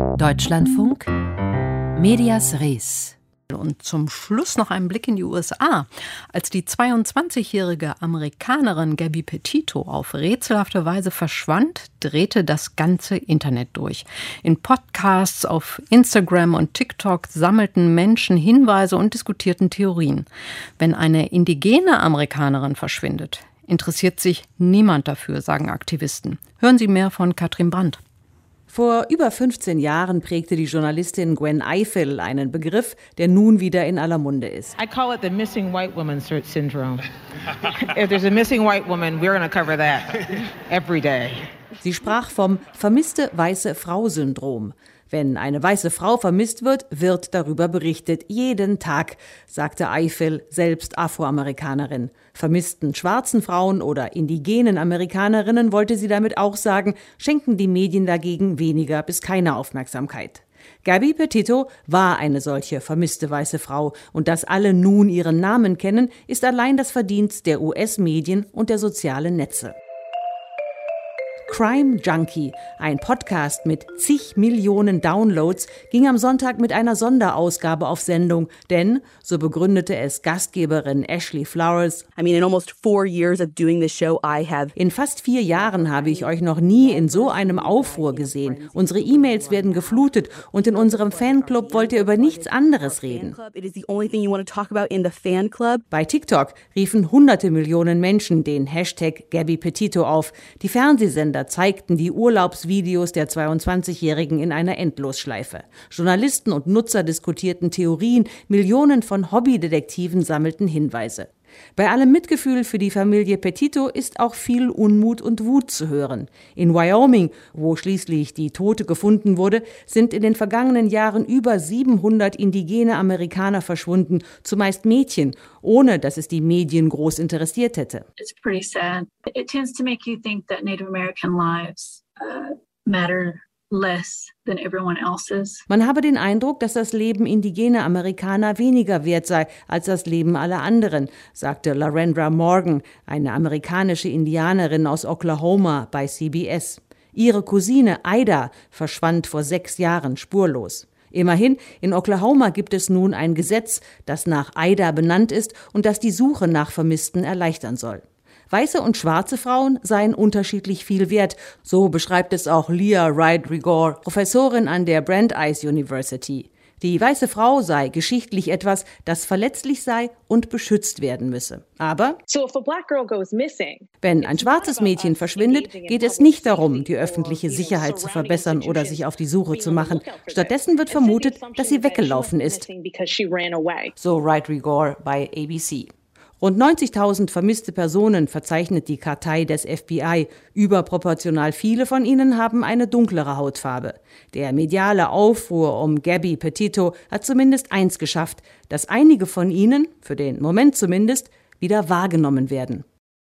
Deutschlandfunk Medias Res. Und zum Schluss noch einen Blick in die USA. Als die 22-jährige Amerikanerin Gabby Petito auf rätselhafte Weise verschwand, drehte das ganze Internet durch. In Podcasts, auf Instagram und TikTok sammelten Menschen Hinweise und diskutierten Theorien. Wenn eine indigene Amerikanerin verschwindet, interessiert sich niemand dafür, sagen Aktivisten. Hören Sie mehr von Katrin Brandt. Vor über 15 Jahren prägte die Journalistin Gwen Ifill einen Begriff, der nun wieder in aller Munde ist. I call it the missing white woman syndrome. If there's a missing white woman, we're going to cover that every day. Sie sprach vom vermisste weiße Frau-Syndrom. Wenn eine weiße Frau vermisst wird, wird darüber berichtet. Jeden Tag, sagte Ifill, selbst Afroamerikanerin. Vermissten schwarzen Frauen oder indigenen Amerikanerinnen, wollte sie damit auch sagen, schenken die Medien dagegen weniger bis keine Aufmerksamkeit. Gabby Petito war eine solche vermisste weiße Frau. Und dass alle nun ihren Namen kennen, ist allein das Verdienst der US-Medien und der sozialen Netze. Crime Junkie, ein Podcast mit zig Millionen Downloads, ging am Sonntag mit einer Sonderausgabe auf Sendung, denn, so begründete es Gastgeberin Ashley Flowers, in fast 4 Jahren habe ich euch noch nie in so einem Aufruhr gesehen. Unsere E-Mails werden geflutet und in unserem Fanclub wollt ihr über nichts anderes reden. Bei TikTok riefen hunderte Millionen Menschen den Hashtag Gabby Petito auf. Die Fernsehsender zeigten die Urlaubsvideos der 22-Jährigen in einer Endlosschleife. Journalisten und Nutzer diskutierten Theorien, Millionen von Hobbydetektiven sammelten Hinweise. Bei allem Mitgefühl für die Familie Petito ist auch viel Unmut und Wut zu hören. In Wyoming, wo schließlich die Tote gefunden wurde, sind in den vergangenen Jahren über 700 indigene Amerikaner verschwunden, zumeist Mädchen, ohne dass es die Medien groß interessiert hätte. It's pretty sad. It tends to make you think that Native American lives matter less than everyone else's. Man habe den Eindruck, dass das Leben indigener Amerikaner weniger wert sei als das Leben aller anderen, sagte Larendra Morgan, eine amerikanische Indianerin aus Oklahoma bei CBS. Ihre Cousine Ida verschwand vor 6 Jahren spurlos. Immerhin, in Oklahoma gibt es nun ein Gesetz, das nach Ida benannt ist und das die Suche nach Vermissten erleichtern soll. Weiße und schwarze Frauen seien unterschiedlich viel wert, so beschreibt es auch Leah Wright-Rigor, Professorin an der Brandeis University. Die weiße Frau sei geschichtlich etwas, das verletzlich sei und beschützt werden müsse. Aber wenn ein schwarzes Mädchen verschwindet, geht es nicht darum, die öffentliche Sicherheit zu verbessern oder sich auf die Suche zu machen. Stattdessen wird vermutet, dass sie weggelaufen ist, so Wright-Rigor bei ABC. Rund 90.000 vermisste Personen verzeichnet die Kartei des FBI. Überproportional viele von ihnen haben eine dunklere Hautfarbe. Der mediale Aufruhr um Gabby Petito hat zumindest eins geschafft, dass einige von ihnen, für den Moment zumindest, wieder wahrgenommen werden.